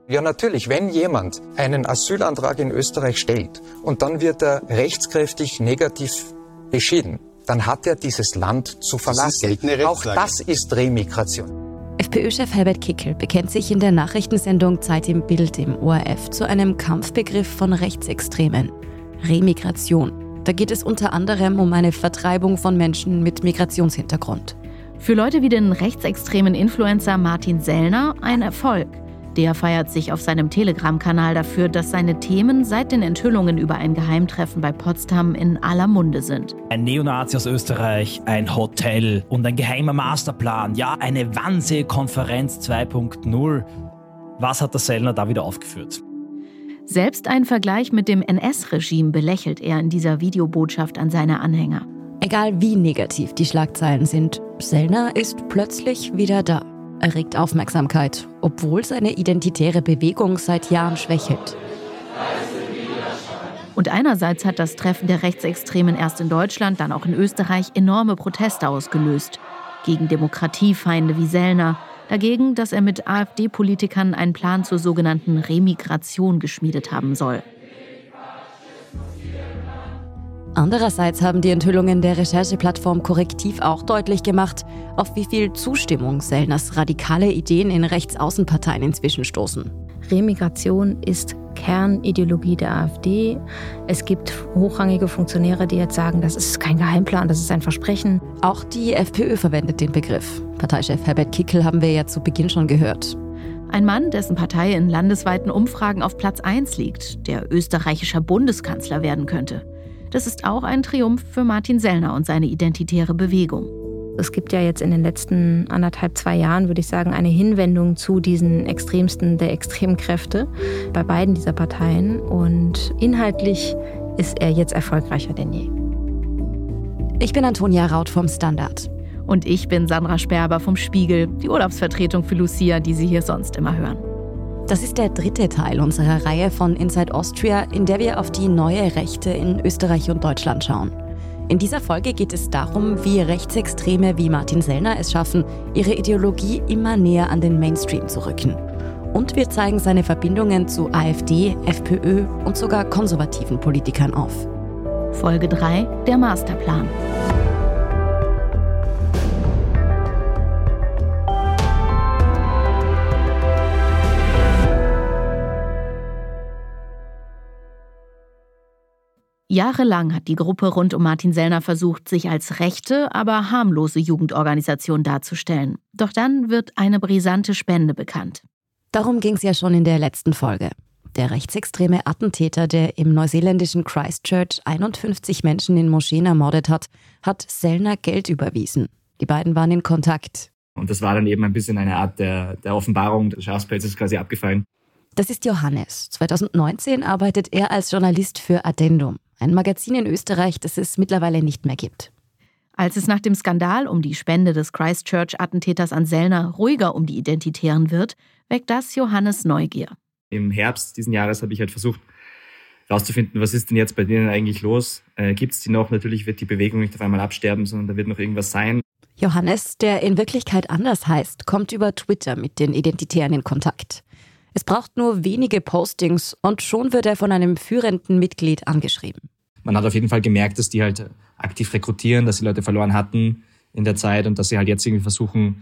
Ja, natürlich, wenn jemand einen Asylantrag in Österreich stellt und dann wird er rechtskräftig negativ beschieden, dann hat er dieses Land zu verlassen. Auch das ist Remigration. FPÖ-Chef Herbert Kickl bekennt sich in der Nachrichtensendung Zeit im Bild im ORF zu einem Kampfbegriff von Rechtsextremen: Remigration. Da geht es unter anderem um eine Vertreibung von Menschen mit Migrationshintergrund. Für Leute wie den rechtsextremen Influencer Martin Sellner ein Erfolg. Der feiert sich auf seinem Telegram-Kanal dafür, dass seine Themen seit den Enthüllungen über ein Geheimtreffen bei Potsdam in aller Munde sind. Ein Neonazi aus Österreich, ein Hotel und ein geheimer Masterplan. Ja, eine Wannsee-Konferenz 2.0. Was hat der Sellner da wieder aufgeführt? Selbst einen Vergleich mit dem NS-Regime belächelt er in dieser Videobotschaft an seine Anhänger. Egal wie negativ die Schlagzeilen sind, Sellner ist plötzlich wieder da. Er regt Aufmerksamkeit, obwohl seine identitäre Bewegung seit Jahren schwächelt. Und einerseits hat das Treffen der Rechtsextremen erst in Deutschland, dann auch in Österreich enorme Proteste ausgelöst. Gegen Demokratiefeinde wie Sellner, dagegen, dass er mit AfD-Politikern einen Plan zur sogenannten Remigration geschmiedet haben soll. Andererseits haben die Enthüllungen der Rechercheplattform Korrektiv auch deutlich gemacht, auf wie viel Zustimmung Sellners radikale Ideen in Rechtsaußenparteien inzwischen stoßen. Remigration ist Kernideologie der AfD. Es gibt hochrangige Funktionäre, die jetzt sagen, das ist kein Geheimplan, das ist ein Versprechen. Auch die FPÖ verwendet den Begriff. Parteichef Herbert Kickl haben wir ja zu Beginn schon gehört. Ein Mann, dessen Partei in landesweiten Umfragen auf Platz 1 liegt, der österreichischer Bundeskanzler werden könnte. Das ist auch ein Triumph für Martin Sellner und seine identitäre Bewegung. Es gibt ja jetzt in den letzten 2 Jahren, würde ich sagen, eine Hinwendung zu diesen Extremsten der Extremkräfte bei beiden dieser Parteien. Und inhaltlich ist er jetzt erfolgreicher denn je. Ich bin Antonia Raut vom Standard. Und ich bin Sandra Sperber vom Spiegel, die Urlaubsvertretung für Lucia, die Sie hier sonst immer hören. Das ist der 3. Teil unserer Reihe von Inside Austria, in der wir auf die neue Rechte in Österreich und Deutschland schauen. In dieser Folge geht es darum, wie Rechtsextreme wie Martin Sellner es schaffen, ihre Ideologie immer näher an den Mainstream zu rücken. Und wir zeigen seine Verbindungen zu AfD, FPÖ und sogar konservativen Politikern auf. Folge 3: Der Masterplan. Jahrelang hat die Gruppe rund um Martin Sellner versucht, sich als rechte, aber harmlose Jugendorganisation darzustellen. Doch dann wird eine brisante Spende bekannt. Darum ging es ja schon in der letzten Folge. Der rechtsextreme Attentäter, der im neuseeländischen Christchurch 51 Menschen in Moscheen ermordet hat, hat Sellner Geld überwiesen. Die beiden waren in Kontakt. Und das war dann eben ein bisschen eine Art der Offenbarung des Schafspelzes quasi abgefallen. Das ist Johannes. 2019 arbeitet er als Journalist für Addendum, ein Magazin in Österreich, das es mittlerweile nicht mehr gibt. Als es nach dem Skandal um die Spende des Christchurch-Attentäters an Sellner ruhiger um die Identitären wird, weckt das Johannes Neugier. Im Herbst diesen Jahres habe ich halt versucht, herauszufinden, was ist denn jetzt bei denen eigentlich los? Gibt es die noch? Natürlich wird die Bewegung nicht auf einmal absterben, sondern da wird noch irgendwas sein. Johannes, der in Wirklichkeit anders heißt, kommt über Twitter mit den Identitären in Kontakt. Es braucht nur wenige Postings und schon wird er von einem führenden Mitglied angeschrieben. Man hat auf jeden Fall gemerkt, dass die halt aktiv rekrutieren, dass sie Leute verloren hatten in der Zeit und dass sie halt jetzt irgendwie versuchen,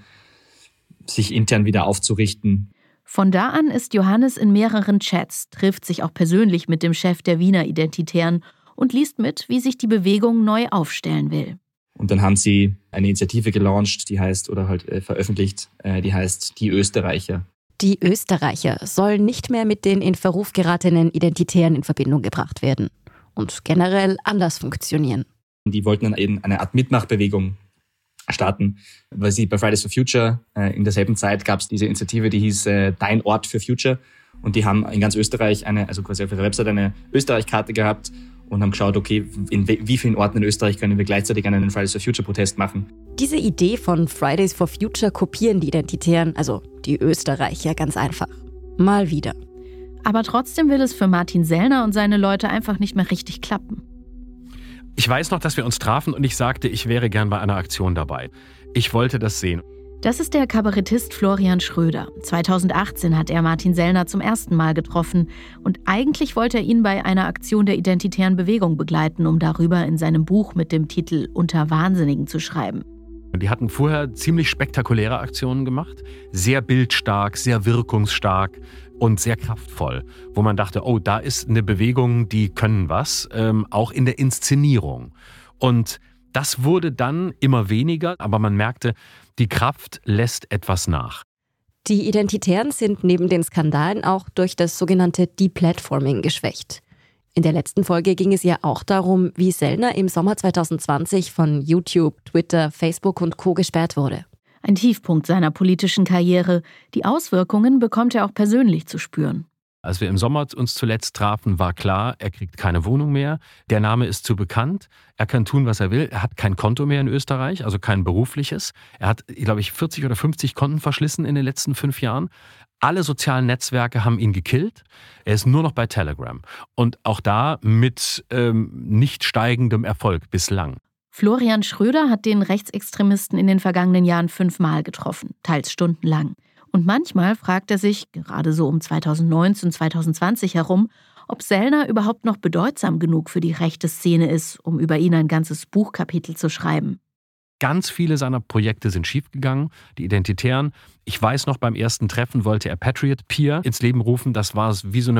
sich intern wieder aufzurichten. Von da an ist Johannes in mehreren Chats, trifft sich auch persönlich mit dem Chef der Wiener Identitären und liest mit, wie sich die Bewegung neu aufstellen will. Und dann haben sie eine Initiative gelauncht, die heißt, oder halt veröffentlicht, die heißt Die Österreicher. Die Österreicher sollen nicht mehr mit den in Verruf geratenen Identitären in Verbindung gebracht werden und generell anders funktionieren. Die wollten dann eben eine Art Mitmachbewegung starten, weil sie bei Fridays for Future in derselben Zeit gab es diese Initiative, die hieß Dein Ort für Future und die haben in ganz Österreich quasi auf ihrer Website eine Österreich-Karte gehabt und haben geschaut, okay, in wie vielen Orten in Österreich können wir gleichzeitig einen Fridays for Future Protest machen. Diese Idee von Fridays for Future kopieren die Identitären, also die Österreicher, ganz einfach. Mal wieder. Aber trotzdem will es für Martin Sellner und seine Leute einfach nicht mehr richtig klappen. Ich weiß noch, dass wir uns trafen und ich sagte, ich wäre gern bei einer Aktion dabei. Ich wollte das sehen. Das ist der Kabarettist Florian Schröder. 2018 hat er Martin Sellner zum ersten Mal getroffen. Und eigentlich wollte er ihn bei einer Aktion der Identitären Bewegung begleiten, um darüber in seinem Buch mit dem Titel »Unter Wahnsinnigen« zu schreiben. Die hatten vorher ziemlich spektakuläre Aktionen gemacht. Sehr bildstark, sehr wirkungsstark und sehr kraftvoll. Wo man dachte, oh, da ist eine Bewegung, die können was, auch in der Inszenierung. Und das wurde dann immer weniger, aber man merkte, die Kraft lässt etwas nach. Die Identitären sind neben den Skandalen auch durch das sogenannte Deplatforming geschwächt. In der letzten Folge ging es ja auch darum, wie Sellner im Sommer 2020 von YouTube, Twitter, Facebook und Co. gesperrt wurde. Ein Tiefpunkt seiner politischen Karriere. Die Auswirkungen bekommt er auch persönlich zu spüren. Als wir im Sommer uns zuletzt trafen, war klar, er kriegt keine Wohnung mehr. Der Name ist zu bekannt. Er kann tun, was er will. Er hat kein Konto mehr in Österreich, also kein berufliches. Er hat, glaube ich, 40 oder 50 Konten verschlissen in den letzten 5 Jahren. Alle sozialen Netzwerke haben ihn gekillt. Er ist nur noch bei Telegram. Und auch da mit nicht steigendem Erfolg bislang. Florian Schröder hat den Rechtsextremisten in den vergangenen Jahren 5-mal getroffen, teils stundenlang. Und manchmal fragt er sich, gerade so um 2019, 2020 herum, ob Sellner überhaupt noch bedeutsam genug für die rechte Szene ist, um über ihn ein ganzes Buchkapitel zu schreiben. Ganz viele seiner Projekte sind schiefgegangen. Die Identitären, ich weiß noch, beim ersten Treffen wollte er Patriot Peer ins Leben rufen. Das war wie so eine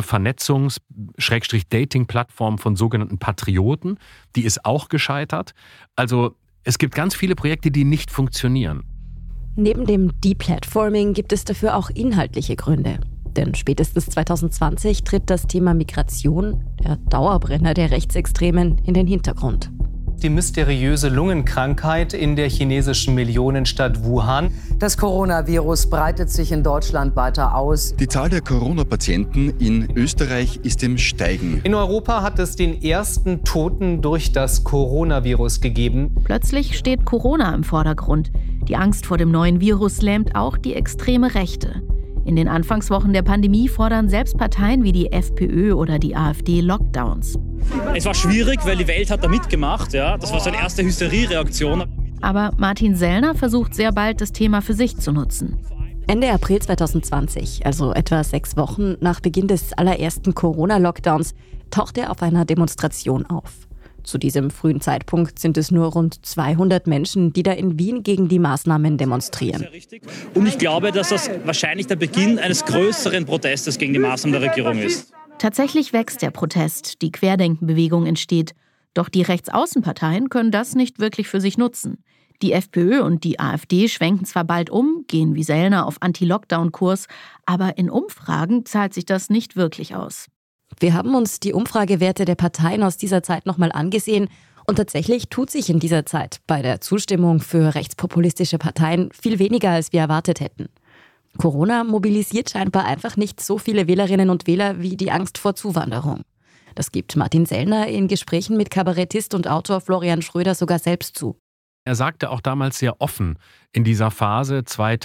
Vernetzungs-Dating-Plattform von sogenannten Patrioten. Die ist auch gescheitert. Also es gibt ganz viele Projekte, die nicht funktionieren. Neben dem Deplatforming gibt es dafür auch inhaltliche Gründe. Denn spätestens 2020 tritt das Thema Migration, der Dauerbrenner der Rechtsextremen, in den Hintergrund. Die mysteriöse Lungenkrankheit in der chinesischen Millionenstadt Wuhan. Das Coronavirus breitet sich in Deutschland weiter aus. Die Zahl der Corona-Patienten in Österreich ist im Steigen. In Europa hat es den ersten Toten durch das Coronavirus gegeben. Plötzlich steht Corona im Vordergrund. Die Angst vor dem neuen Virus lähmt auch die extreme Rechte. In den Anfangswochen der Pandemie fordern selbst Parteien wie die FPÖ oder die AfD Lockdowns. Es war schwierig, weil die Welt hat da mitgemacht. Ja? Das war so eine erste Hysteriereaktion. Aber Martin Sellner versucht sehr bald, das Thema für sich zu nutzen. Ende April 2020, also etwa 6 Wochen nach Beginn des allerersten Corona-Lockdowns, taucht er auf einer Demonstration auf. Zu diesem frühen Zeitpunkt sind es nur rund 200 Menschen, die da in Wien gegen die Maßnahmen demonstrieren. Und ich glaube, dass das wahrscheinlich der Beginn eines größeren Protestes gegen die Maßnahmen der Regierung ist. Tatsächlich wächst der Protest, die Querdenkenbewegung entsteht. Doch die Rechtsaußenparteien können das nicht wirklich für sich nutzen. Die FPÖ und die AfD schwenken zwar bald um, gehen wie Sellner auf Anti-Lockdown-Kurs, aber in Umfragen zahlt sich das nicht wirklich aus. Wir haben uns die Umfragewerte der Parteien aus dieser Zeit nochmal angesehen und tatsächlich tut sich in dieser Zeit bei der Zustimmung für rechtspopulistische Parteien viel weniger, als wir erwartet hätten. Corona mobilisiert scheinbar einfach nicht so viele Wählerinnen und Wähler wie die Angst vor Zuwanderung. Das gibt Martin Sellner in Gesprächen mit Kabarettist und Autor Florian Schröder sogar selbst zu. Er sagte auch damals sehr offen in dieser Phase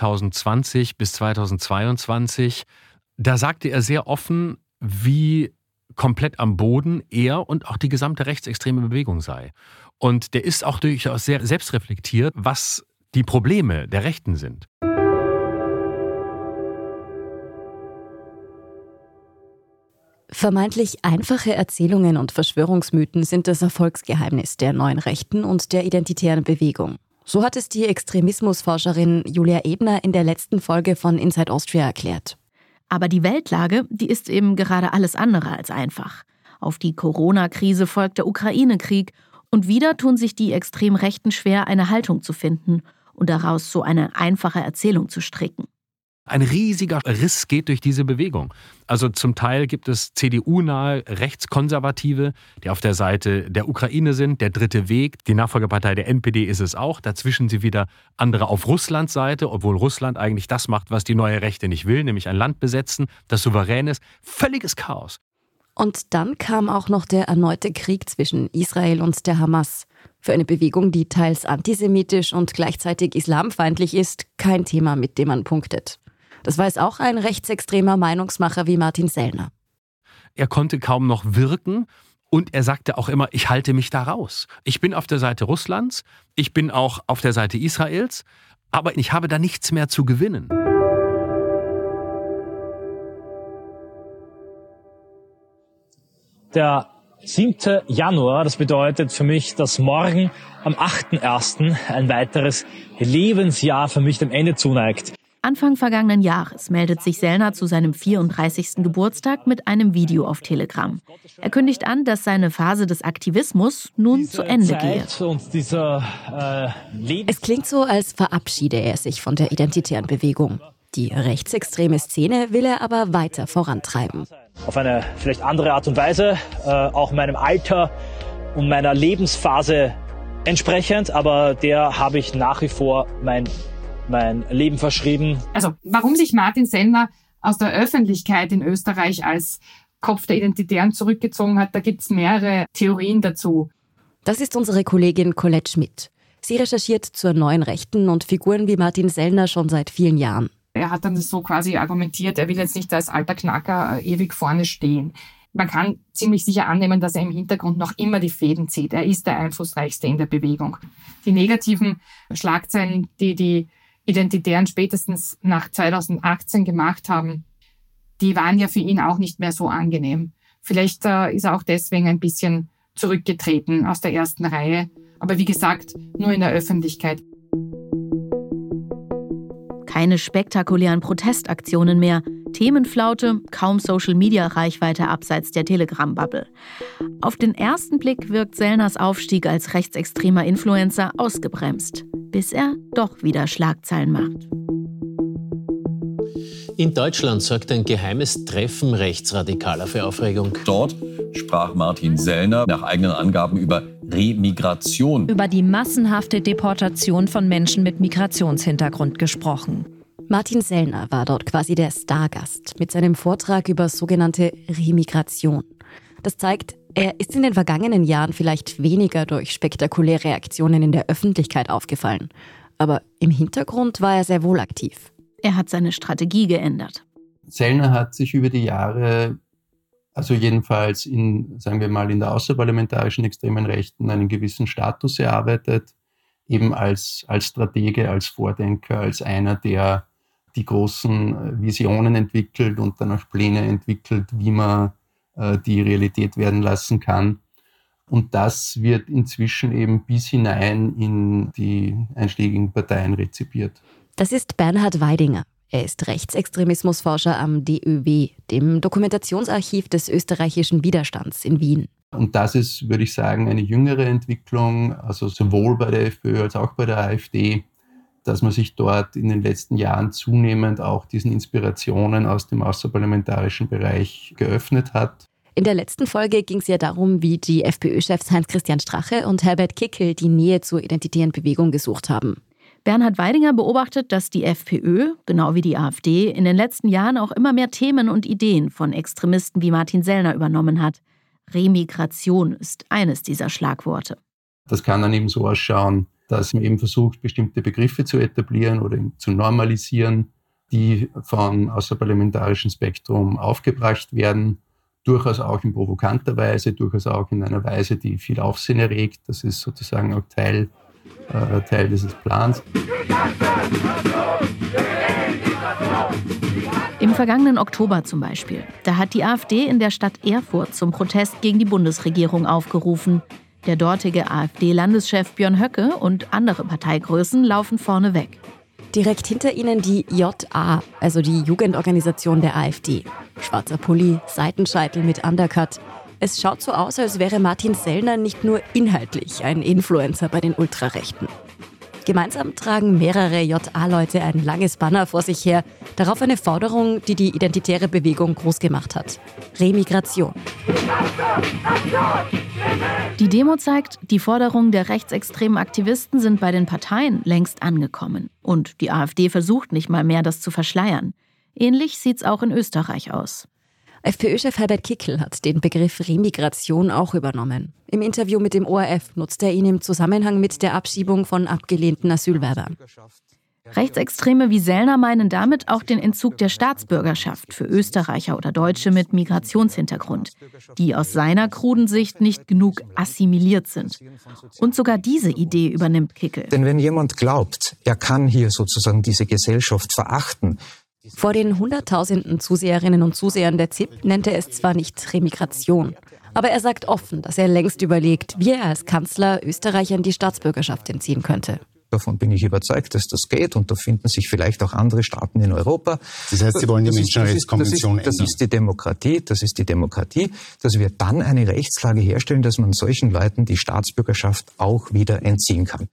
2020 bis 2022, da sagte er sehr offen, wie komplett am Boden er und auch die gesamte rechtsextreme Bewegung sei. Und der ist auch durchaus sehr selbstreflektiert, was die Probleme der Rechten sind. Vermeintlich einfache Erzählungen und Verschwörungsmythen sind das Erfolgsgeheimnis der neuen Rechten und der identitären Bewegung. So hat es die Extremismusforscherin Julia Ebner in der letzten Folge von Inside Austria erklärt. Aber die Weltlage, die ist eben gerade alles andere als einfach. Auf die Corona-Krise folgt der Ukraine-Krieg und wieder tun sich die Extremrechten schwer, eine Haltung zu finden und daraus so eine einfache Erzählung zu stricken. Ein riesiger Riss geht durch diese Bewegung. Also zum Teil gibt es CDU-nahe Rechtskonservative, die auf der Seite der Ukraine sind, der dritte Weg. Die Nachfolgepartei der NPD ist es auch. Dazwischen sind wieder andere auf Russlands Seite, obwohl Russland eigentlich das macht, was die neue Rechte nicht will, nämlich ein Land besetzen, das souverän ist. Völliges Chaos. Und dann kam auch noch der erneute Krieg zwischen Israel und der Hamas. Für eine Bewegung, die teils antisemitisch und gleichzeitig islamfeindlich ist, kein Thema, mit dem man punktet. Das weiß auch ein rechtsextremer Meinungsmacher wie Martin Sellner. Er konnte kaum noch wirken und er sagte auch immer, ich halte mich da raus. Ich bin auf der Seite Russlands, ich bin auch auf der Seite Israels, aber ich habe da nichts mehr zu gewinnen. Der 7. Januar, das bedeutet für mich, dass morgen am 8.1. ein weiteres Lebensjahr für mich dem Ende zuneigt. Anfang vergangenen Jahres meldet sich Sellner zu seinem 34. Geburtstag mit einem Video auf Telegram. Er kündigt an, dass seine Phase des Aktivismus nun zu Ende gehe. Es klingt so, als verabschiede er sich von der identitären Bewegung. Die rechtsextreme Szene will er aber weiter vorantreiben. Auf eine vielleicht andere Art und Weise, auch meinem Alter und meiner Lebensphase entsprechend, aber der habe ich nach wie vor mein Leben verschrieben. Also warum sich Martin Sellner aus der Öffentlichkeit in Österreich als Kopf der Identitären zurückgezogen hat, da gibt es mehrere Theorien dazu. Das ist unsere Kollegin Colette Schmidt. Sie recherchiert zur neuen Rechten und Figuren wie Martin Sellner schon seit vielen Jahren. Er hat dann so quasi argumentiert, er will jetzt nicht als alter Knacker ewig vorne stehen. Man kann ziemlich sicher annehmen, dass er im Hintergrund noch immer die Fäden zieht. Er ist der Einflussreichste in der Bewegung. Die negativen Schlagzeilen, die Identitären spätestens nach 2018 gemacht haben, die waren ja für ihn auch nicht mehr so angenehm. Vielleicht ist er auch deswegen ein bisschen zurückgetreten aus der ersten Reihe. Aber wie gesagt, nur in der Öffentlichkeit. Keine spektakulären Protestaktionen mehr, Themenflaute, kaum Social-Media-Reichweite abseits der Telegram-Bubble. Auf den ersten Blick wirkt Sellners Aufstieg als rechtsextremer Influencer ausgebremst, bis er doch wieder Schlagzeilen macht. In Deutschland sorgt ein geheimes Treffen Rechtsradikaler für Aufregung. Dort sprach Martin Sellner nach eigenen Angaben über Remigration. Über die massenhafte Deportation von Menschen mit Migrationshintergrund gesprochen. Martin Sellner war dort quasi der Stargast mit seinem Vortrag über sogenannte Remigration. Das zeigt, er ist in den vergangenen Jahren vielleicht weniger durch spektakuläre Aktionen in der Öffentlichkeit aufgefallen. Aber im Hintergrund war er sehr wohl aktiv. Er hat seine Strategie geändert. Sellner hat sich über die Jahre, also jedenfalls in der außerparlamentarischen extremen Rechten, einen gewissen Status erarbeitet, eben als Stratege, als Vordenker, als einer, der die großen Visionen entwickelt und dann auch Pläne entwickelt, wie man die Realität werden lassen kann. Und das wird inzwischen eben bis hinein in die einschlägigen Parteien rezipiert. Das ist Bernhard Weidinger. Er ist Rechtsextremismusforscher am DÖW, dem Dokumentationsarchiv des österreichischen Widerstands in Wien. Und das ist, würde ich sagen, eine jüngere Entwicklung, also sowohl bei der FPÖ als auch bei der AfD, dass man sich dort in den letzten Jahren zunehmend auch diesen Inspirationen aus dem außerparlamentarischen Bereich geöffnet hat. In der letzten Folge ging es ja darum, wie die FPÖ-Chefs Heinz-Christian Strache und Herbert Kickl die Nähe zur identitären Bewegung gesucht haben. Bernhard Weidinger beobachtet, dass die FPÖ, genau wie die AfD, in den letzten Jahren auch immer mehr Themen und Ideen von Extremisten wie Martin Sellner übernommen hat. Remigration ist eines dieser Schlagworte. Das kann dann eben so ausschauen, dass man eben versucht, bestimmte Begriffe zu etablieren oder zu normalisieren, die vom außerparlamentarischen Spektrum aufgebracht werden, durchaus auch in provokanter Weise, durchaus auch in einer Weise, die viel Aufsehen erregt. Das ist sozusagen auch Teil dieses Plans. Im vergangenen Oktober zum Beispiel, da hat die AfD in der Stadt Erfurt zum Protest gegen die Bundesregierung aufgerufen. Der dortige AfD-Landeschef Björn Höcke und andere Parteigrößen laufen vorne weg. Direkt hinter ihnen die JA, also die Jugendorganisation der AfD. Schwarzer Pulli, Seitenscheitel mit Undercut. Es schaut so aus, als wäre Martin Sellner nicht nur inhaltlich ein Influencer bei den Ultrarechten. Gemeinsam tragen mehrere JA-Leute ein langes Banner vor sich her, darauf eine Forderung, die die identitäre Bewegung groß gemacht hat. Remigration. Die Demo zeigt, die Forderungen der rechtsextremen Aktivisten sind bei den Parteien längst angekommen. Und die AfD versucht nicht mal mehr, das zu verschleiern. Ähnlich sieht's auch in Österreich aus. FPÖ-Chef Herbert Kickl hat den Begriff Remigration auch übernommen. Im Interview mit dem ORF nutzt er ihn im Zusammenhang mit der Abschiebung von abgelehnten Asylbewerbern. Rechtsextreme wie Sellner meinen damit auch den Entzug der Staatsbürgerschaft für Österreicher oder Deutsche mit Migrationshintergrund, die aus seiner kruden Sicht nicht genug assimiliert sind. Und sogar diese Idee übernimmt Kickel. Denn wenn jemand glaubt, er kann hier sozusagen diese Gesellschaft verachten. Vor den Hunderttausenden Zuseherinnen und Zusehern der ZIP nennt er es zwar nicht Remigration, aber er sagt offen, dass er längst überlegt, wie er als Kanzler Österreichern die Staatsbürgerschaft entziehen könnte. Davon bin ich überzeugt, dass das geht und da finden sich vielleicht auch andere Staaten in Europa. Das heißt, Sie wollen die Menschenrechtskonvention ändern? Das ist die Demokratie, dass wir dann eine Rechtslage herstellen, dass man solchen Leuten die Staatsbürgerschaft auch wieder entziehen kann.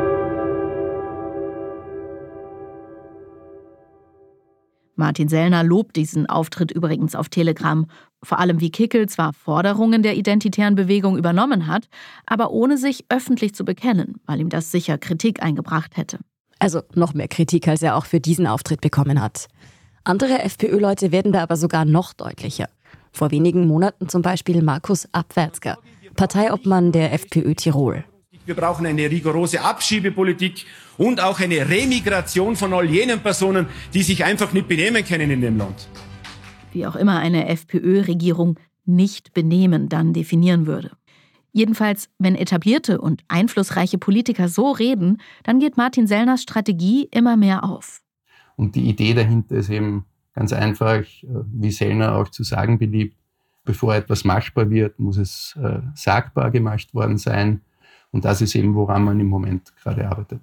Martin Sellner lobt diesen Auftritt übrigens auf Telegram. Vor allem wie Kickel zwar Forderungen der identitären Bewegung übernommen hat, aber ohne sich öffentlich zu bekennen, weil ihm das sicher Kritik eingebracht hätte. Also noch mehr Kritik, als er auch für diesen Auftritt bekommen hat. Andere FPÖ-Leute werden da aber sogar noch deutlicher. Vor wenigen Monaten zum Beispiel Markus Abwärtsger, Parteiobmann der FPÖ Tirol. Wir brauchen eine rigorose Abschiebepolitik und auch eine Remigration von all jenen Personen, die sich einfach nicht benehmen können in dem Land. Wie auch immer eine FPÖ-Regierung nicht benehmen dann definieren würde. Jedenfalls, wenn etablierte und einflussreiche Politiker so reden, dann geht Martin Sellners Strategie immer mehr auf. Und die Idee dahinter ist eben ganz einfach, wie Sellner auch zu sagen beliebt, bevor etwas machbar wird, muss es sagbar gemacht worden sein. Und das ist eben, woran man im Moment gerade arbeitet.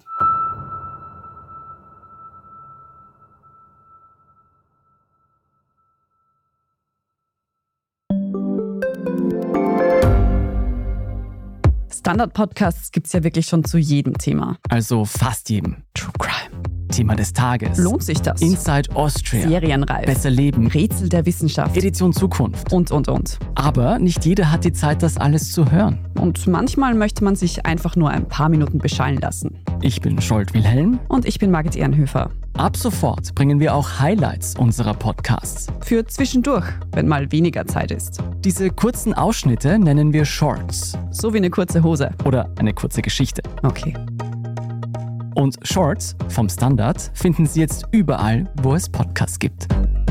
Standard-Podcasts gibt es ja wirklich schon zu jedem Thema. Also fast jedem. True Crime. Thema des Tages. Lohnt sich das? Inside Austria. Serienreif. Besser leben. Rätsel der Wissenschaft. Edition Zukunft. Und. Aber nicht jeder hat die Zeit, das alles zu hören. Und manchmal möchte man sich einfach nur ein paar Minuten beschallen lassen. Ich bin Scholt Wilhelm. Und ich bin Margit Ehrenhöfer. Ab sofort bringen wir auch Highlights unserer Podcasts. Für zwischendurch, wenn mal weniger Zeit ist. Diese kurzen Ausschnitte nennen wir Shorts. So wie eine kurze Hose. Oder eine kurze Geschichte. Okay. Und Shorts vom Standard finden Sie jetzt überall, wo es Podcasts gibt.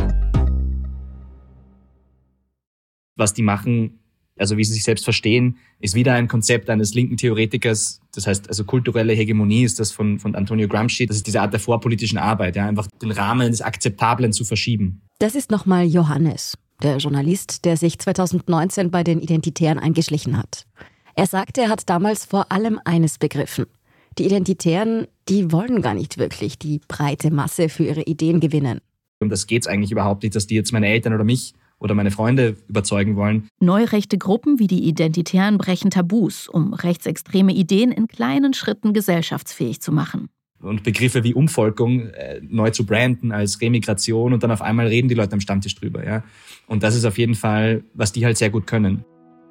Was die machen, also wie sie sich selbst verstehen, ist wieder ein Konzept eines linken Theoretikers. Das heißt, also kulturelle Hegemonie ist das von Antonio Gramsci. Das ist diese Art der vorpolitischen Arbeit, ja, einfach den Rahmen des Akzeptablen zu verschieben. Das ist nochmal Johannes, der Journalist, der sich 2019 bei den Identitären eingeschlichen hat. Er sagte, er hat damals vor allem eines begriffen. Die Identitären, die wollen gar nicht wirklich die breite Masse für ihre Ideen gewinnen. Um das geht es eigentlich überhaupt nicht, dass die jetzt meine Eltern oder mich oder meine Freunde überzeugen wollen. Neurechte Gruppen wie die Identitären brechen Tabus, um rechtsextreme Ideen in kleinen Schritten gesellschaftsfähig zu machen. Und Begriffe wie Umvolkung neu zu branden als Remigration und dann auf einmal reden die Leute am Stammtisch drüber. Ja? Und das ist auf jeden Fall, was die halt sehr gut können.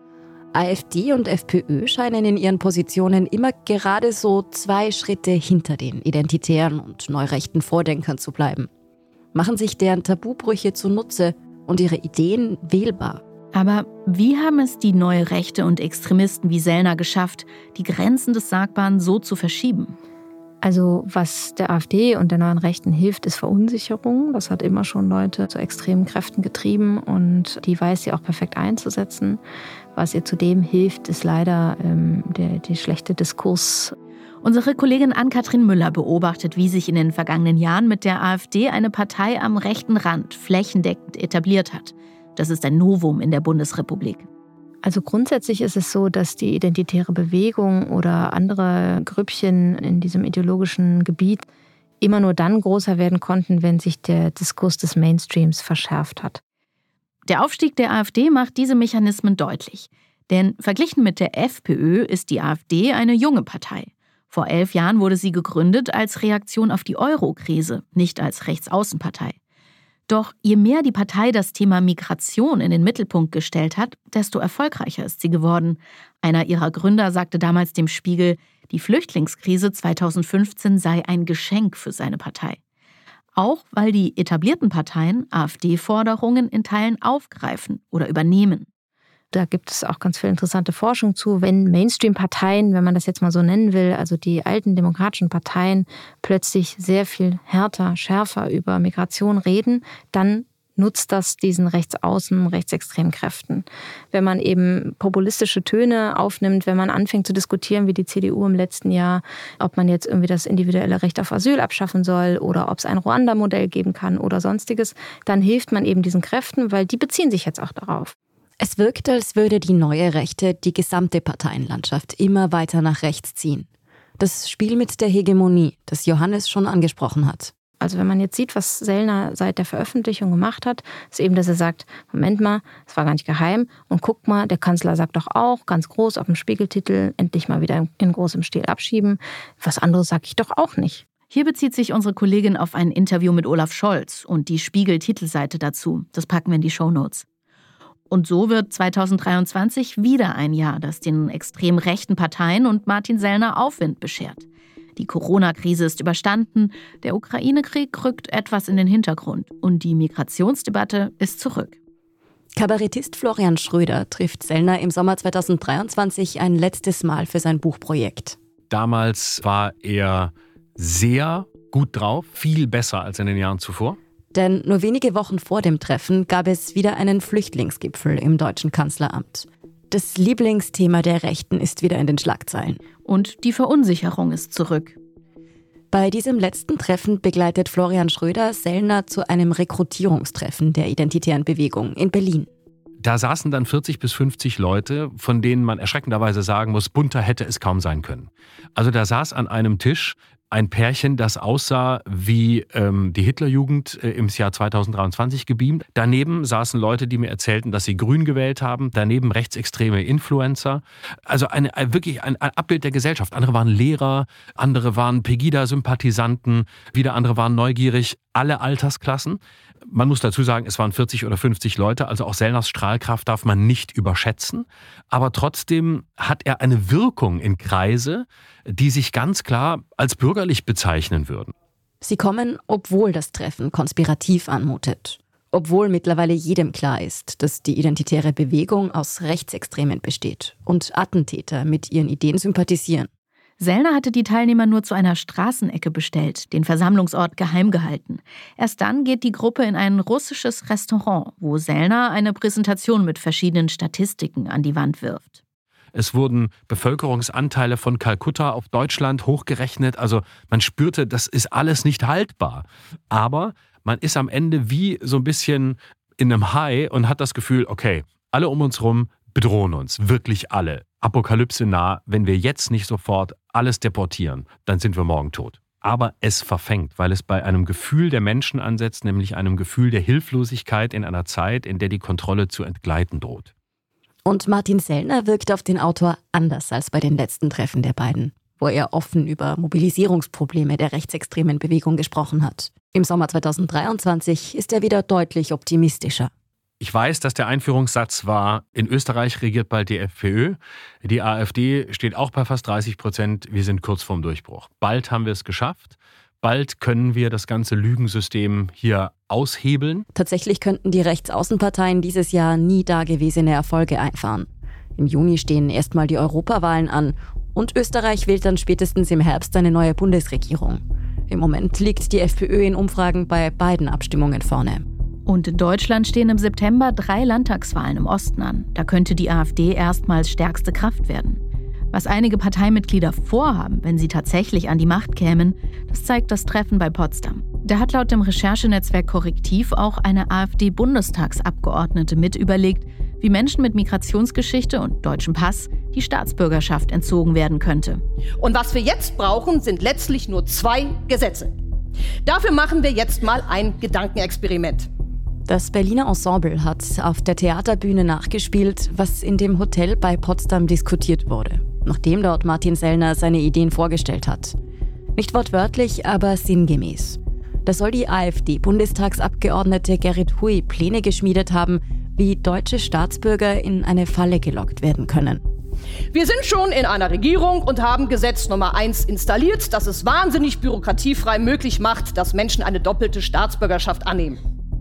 AfD und FPÖ scheinen in ihren Positionen immer gerade so 2 Schritte hinter den identitären und neurechten Vordenkern zu bleiben. Machen sich deren Tabubrüche zunutze und ihre Ideen wählbar. Aber wie haben es die neue Rechte und Extremisten wie Sellner geschafft, die Grenzen des Sagbaren so zu verschieben? Also was der AfD und der neuen Rechten hilft, ist Verunsicherung. Das hat immer schon Leute zu extremen Kräften getrieben und die weiß sie auch perfekt einzusetzen. Was ihr zudem hilft, ist leider der schlechte Diskurs. Unsere Kollegin Ann-Kathrin Müller beobachtet, wie sich in den vergangenen Jahren mit der AfD eine Partei am rechten Rand flächendeckend etabliert hat. Das ist ein Novum in der Bundesrepublik. Also grundsätzlich ist es so, dass die identitäre Bewegung oder andere Grüppchen in diesem ideologischen Gebiet immer nur dann größer werden konnten, wenn sich der Diskurs des Mainstreams verschärft hat. Der Aufstieg der AfD macht diese Mechanismen deutlich. Denn verglichen mit der FPÖ ist die AfD eine junge Partei. Vor 11 Jahren wurde sie gegründet als Reaktion auf die Euro-Krise, nicht als Rechtsaußenpartei. Doch je mehr die Partei das Thema Migration in den Mittelpunkt gestellt hat, desto erfolgreicher ist sie geworden. Einer ihrer Gründer sagte damals dem Spiegel, die Flüchtlingskrise 2015 sei ein Geschenk für seine Partei. Auch weil die etablierten Parteien AfD-Forderungen in Teilen aufgreifen oder übernehmen. Da gibt es auch ganz viel interessante Forschung zu. Wenn Mainstream-Parteien, wenn man das jetzt mal so nennen will, also die alten demokratischen Parteien, plötzlich sehr viel härter, schärfer über Migration reden, dann nutzt das diesen rechtsaußen, rechtsextremen Kräften. Wenn man eben populistische Töne aufnimmt, wenn man anfängt zu diskutieren, wie die CDU im letzten Jahr, ob man jetzt irgendwie das individuelle Recht auf Asyl abschaffen soll oder ob es ein Ruanda-Modell geben kann oder sonstiges, dann hilft man eben diesen Kräften, weil die beziehen sich jetzt auch darauf. Es wirkt, als würde die neue Rechte die gesamte Parteienlandschaft immer weiter nach rechts ziehen. Das Spiel mit der Hegemonie, das Johannes schon angesprochen hat. Also wenn man jetzt sieht, was Sellner seit der Veröffentlichung gemacht hat, ist eben, dass er sagt, Moment mal, es war gar nicht geheim. Und guck mal, der Kanzler sagt doch auch ganz groß auf dem Spiegeltitel, endlich mal wieder in großem Stil abschieben. Was anderes sage ich doch auch nicht. Hier bezieht sich unsere Kollegin auf ein Interview mit Olaf Scholz und die Spiegel-Titelseite dazu. Das packen wir in die Shownotes. Und so wird 2023 wieder ein Jahr, das den extrem rechten Parteien und Martin Sellner Aufwind beschert. Die Corona-Krise ist überstanden, der Ukraine-Krieg rückt etwas in den Hintergrund und die Migrationsdebatte ist zurück. Kabarettist Florian Schröder trifft Sellner im Sommer 2023 ein letztes Mal für sein Buchprojekt. Damals war er sehr gut drauf, viel besser als in den Jahren zuvor. Denn nur wenige Wochen vor dem Treffen gab es wieder einen Flüchtlingsgipfel im deutschen Kanzleramt. Das Lieblingsthema der Rechten ist wieder in den Schlagzeilen. Und die Verunsicherung ist zurück. Bei diesem letzten Treffen begleitet Florian Schröder Sellner zu einem Rekrutierungstreffen der Identitären Bewegung in Berlin. Da saßen dann 40 bis 50 Leute, von denen man erschreckenderweise sagen muss, bunter hätte es kaum sein können. Also da saß an einem Tisch ein Pärchen, das aussah wie die Hitlerjugend im Jahr 2023 gebeamt. Daneben saßen Leute, die mir erzählten, dass sie Grün gewählt haben. Daneben rechtsextreme Influencer. Also wirklich ein Abbild der Gesellschaft. Andere waren Lehrer, andere waren Pegida-Sympathisanten, wieder andere waren neugierig. Alle Altersklassen. Man muss dazu sagen, es waren 40 oder 50 Leute, also auch Sellners Strahlkraft darf man nicht überschätzen. Aber trotzdem hat er eine Wirkung in Kreise, die sich ganz klar als bürgerlich bezeichnen würden. Sie kommen, obwohl das Treffen konspirativ anmutet. Obwohl mittlerweile jedem klar ist, dass die identitäre Bewegung aus Rechtsextremen besteht und Attentäter mit ihren Ideen sympathisieren. Sellner hatte die Teilnehmer nur zu einer Straßenecke bestellt, den Versammlungsort geheim gehalten. Erst dann geht die Gruppe in ein russisches Restaurant, wo Sellner eine Präsentation mit verschiedenen Statistiken an die Wand wirft. Es wurden Bevölkerungsanteile von Kalkutta auf Deutschland hochgerechnet. Also man spürte, das ist alles nicht haltbar. Aber man ist am Ende wie so ein bisschen in einem High und hat das Gefühl, okay, alle um uns rum bedrohen uns, wirklich alle. Apokalypse nah, wenn wir jetzt nicht sofort alles deportieren, dann sind wir morgen tot. Aber es verfängt, weil es bei einem Gefühl der Menschen ansetzt, nämlich einem Gefühl der Hilflosigkeit in einer Zeit, in der die Kontrolle zu entgleiten droht. Und Martin Sellner wirkt auf den Autor anders als bei den letzten Treffen der beiden, wo er offen über Mobilisierungsprobleme der rechtsextremen Bewegung gesprochen hat. Im Sommer 2023 ist er wieder deutlich optimistischer. Ich weiß, dass der Einführungssatz war, in Österreich regiert bald die FPÖ. Die AfD steht auch bei fast 30%. Wir sind kurz vorm Durchbruch. Bald haben wir es geschafft. Bald können wir das ganze Lügensystem hier aushebeln. Tatsächlich könnten die Rechtsaußenparteien dieses Jahr nie dagewesene Erfolge einfahren. Im Juni stehen erstmal die Europawahlen an und Österreich wählt dann spätestens im Herbst eine neue Bundesregierung. Im Moment liegt die FPÖ in Umfragen bei beiden Abstimmungen vorne. Und in Deutschland stehen im September 3 Landtagswahlen im Osten an. Da könnte die AfD erstmals stärkste Kraft werden. Was einige Parteimitglieder vorhaben, wenn sie tatsächlich an die Macht kämen, das zeigt das Treffen bei Potsdam. Da hat laut dem Recherchenetzwerk Korrektiv auch eine AfD-Bundestagsabgeordnete mit überlegt, wie Menschen mit Migrationsgeschichte und deutschem Pass die Staatsbürgerschaft entzogen werden könnte. Und was wir jetzt brauchen, sind letztlich nur 2 Gesetze. Dafür machen wir jetzt mal ein Gedankenexperiment. Das Berliner Ensemble hat auf der Theaterbühne nachgespielt, was in dem Hotel bei Potsdam diskutiert wurde, nachdem dort Martin Sellner seine Ideen vorgestellt hat. Nicht wortwörtlich, aber sinngemäß. Da soll die AfD-Bundestagsabgeordnete Gerrit Hui Pläne geschmiedet haben, wie deutsche Staatsbürger in eine Falle gelockt werden können. Wir sind schon in einer Regierung und haben Gesetz Nummer 1 installiert, das es wahnsinnig bürokratiefrei möglich macht, dass Menschen eine doppelte Staatsbürgerschaft annehmen.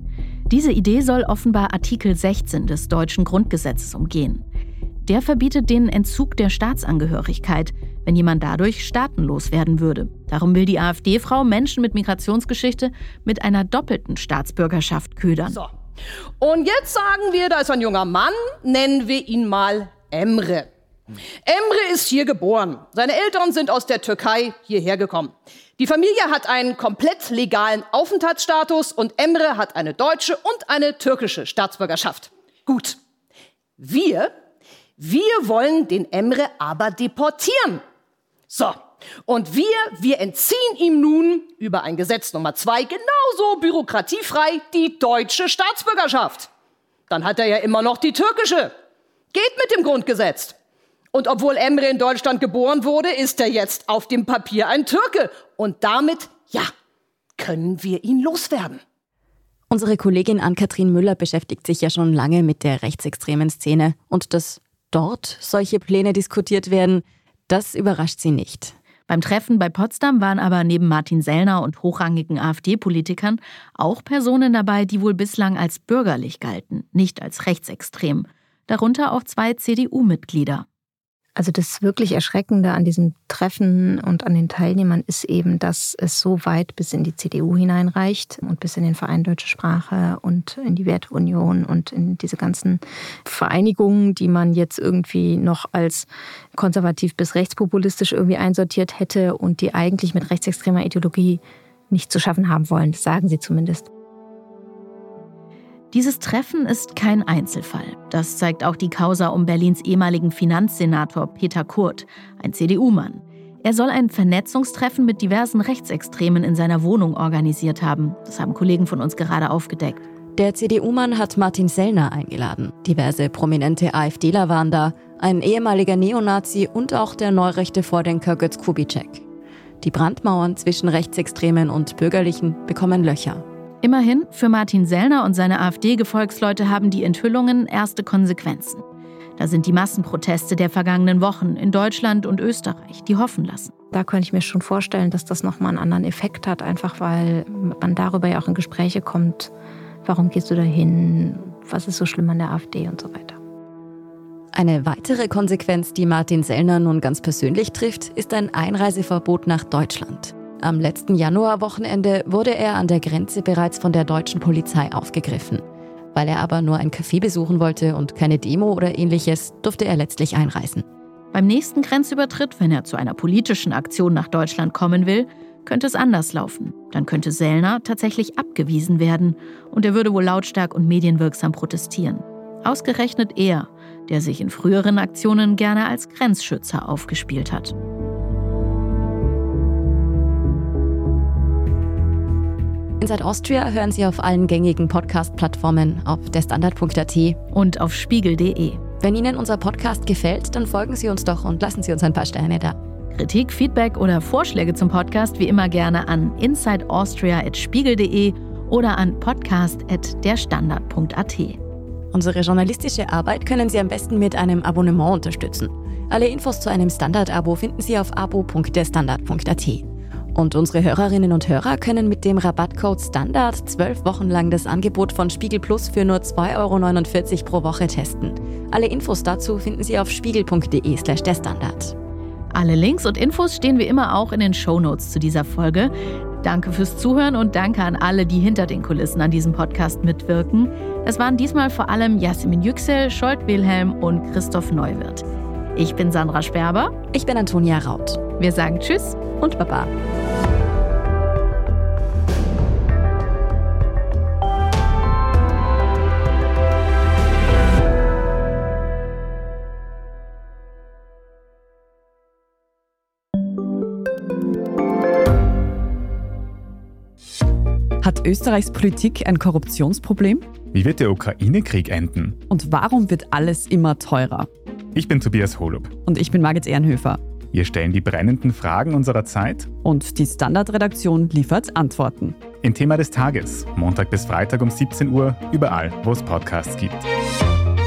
Diese Idee soll offenbar Artikel 16 des deutschen Grundgesetzes umgehen. Der verbietet den Entzug der Staatsangehörigkeit, wenn jemand dadurch staatenlos werden würde. Darum will die AfD-Frau Menschen mit Migrationsgeschichte mit einer doppelten Staatsbürgerschaft ködern. So. Und jetzt sagen wir, da ist ein junger Mann, nennen wir ihn mal Emre. Emre ist hier geboren. Seine Eltern sind aus der Türkei hierher gekommen. Die Familie hat einen komplett legalen Aufenthaltsstatus und Emre hat eine deutsche und eine türkische Staatsbürgerschaft. Gut. Wir wollen den Emre aber deportieren. So. Und wir entziehen ihm nun über ein Gesetz Nummer 2 genauso bürokratiefrei die deutsche Staatsbürgerschaft. Dann hat er ja immer noch die türkische. Geht mit dem Grundgesetz. Und obwohl Emre in Deutschland geboren wurde, ist er jetzt auf dem Papier ein Türke. Und damit, ja, können wir ihn loswerden. Unsere Kollegin Ann-Kathrin Müller beschäftigt sich ja schon lange mit der rechtsextremen Szene. Und dass dort solche Pläne diskutiert werden, das überrascht sie nicht. Beim Treffen bei Potsdam waren aber neben Martin Sellner und hochrangigen AfD-Politikern auch Personen dabei, die wohl bislang als bürgerlich galten, nicht als rechtsextrem. Darunter auch 2 CDU-Mitglieder. Also das wirklich Erschreckende an diesem Treffen und an den Teilnehmern ist eben, dass es so weit bis in die CDU hineinreicht und bis in den Verein Deutsche Sprache und in die Werteunion und in diese ganzen Vereinigungen, die man jetzt irgendwie noch als konservativ bis rechtspopulistisch irgendwie einsortiert hätte und die eigentlich mit rechtsextremer Ideologie nicht zu schaffen haben wollen. Das sagen sie zumindest. Dieses Treffen ist kein Einzelfall. Das zeigt auch die Causa um Berlins ehemaligen Finanzsenator Peter Kurt, ein CDU-Mann. Er soll ein Vernetzungstreffen mit diversen Rechtsextremen in seiner Wohnung organisiert haben. Das haben Kollegen von uns gerade aufgedeckt. Der CDU-Mann hat Martin Sellner eingeladen. Diverse prominente AfDler waren da, ein ehemaliger Neonazi und auch der neurechte Vordenker Götz Kubitschek. Die Brandmauern zwischen Rechtsextremen und Bürgerlichen bekommen Löcher. Immerhin, für Martin Sellner und seine AfD-Gefolgsleute haben die Enthüllungen erste Konsequenzen. Da sind die Massenproteste der vergangenen Wochen in Deutschland und Österreich, die hoffen lassen. Da könnte ich mir schon vorstellen, dass das nochmal einen anderen Effekt hat, einfach weil man darüber ja auch in Gespräche kommt. Warum gehst du da hin? Was ist so schlimm an der AfD und so weiter? Eine weitere Konsequenz, die Martin Sellner nun ganz persönlich trifft, ist ein Einreiseverbot nach Deutschland. Am letzten Januarwochenende wurde er an der Grenze bereits von der deutschen Polizei aufgegriffen. Weil er aber nur ein Café besuchen wollte und keine Demo oder ähnliches, durfte er letztlich einreisen. Beim nächsten Grenzübertritt, wenn er zu einer politischen Aktion nach Deutschland kommen will, könnte es anders laufen. Dann könnte Sellner tatsächlich abgewiesen werden und er würde wohl lautstark und medienwirksam protestieren. Ausgerechnet er, der sich in früheren Aktionen gerne als Grenzschützer aufgespielt hat. Inside Austria hören Sie auf allen gängigen Podcast-Plattformen, auf derstandard.at und auf spiegel.de. Wenn Ihnen unser Podcast gefällt, dann folgen Sie uns doch und lassen Sie uns ein paar Sterne da. Kritik, Feedback oder Vorschläge zum Podcast wie immer gerne an insideaustria@spiegel.de oder an podcast@derstandard.at. Unsere journalistische Arbeit können Sie am besten mit einem Abonnement unterstützen. Alle Infos zu einem Standard-Abo finden Sie auf abo.derstandard.at. Und unsere Hörerinnen und Hörer können mit dem Rabattcode STANDARD 12 Wochen lang das Angebot von Spiegel Plus für nur 2,49 € pro Woche testen. Alle Infos dazu finden Sie auf spiegel.de/derstandard. Alle Links und Infos stehen wie immer auch in den Shownotes zu dieser Folge. Danke fürs Zuhören und danke an alle, die hinter den Kulissen an diesem Podcast mitwirken. Das waren diesmal vor allem Yasemin Yüksel, Scholt Wilhelm und Christoph Neuwirth. Ich bin Sandra Sperber. Ich bin Antonia Raut. Wir sagen Tschüss und Baba. Hat Österreichs Politik ein Korruptionsproblem? Wie wird der Ukraine-Krieg enden? Und warum wird alles immer teurer? Ich bin Tobias Holub. Und ich bin Margit Ehrenhöfer. Wir stellen die brennenden Fragen unserer Zeit. Und die Standardredaktion liefert Antworten. Im Thema des Tages, Montag bis Freitag um 17 Uhr, überall, wo es Podcasts gibt.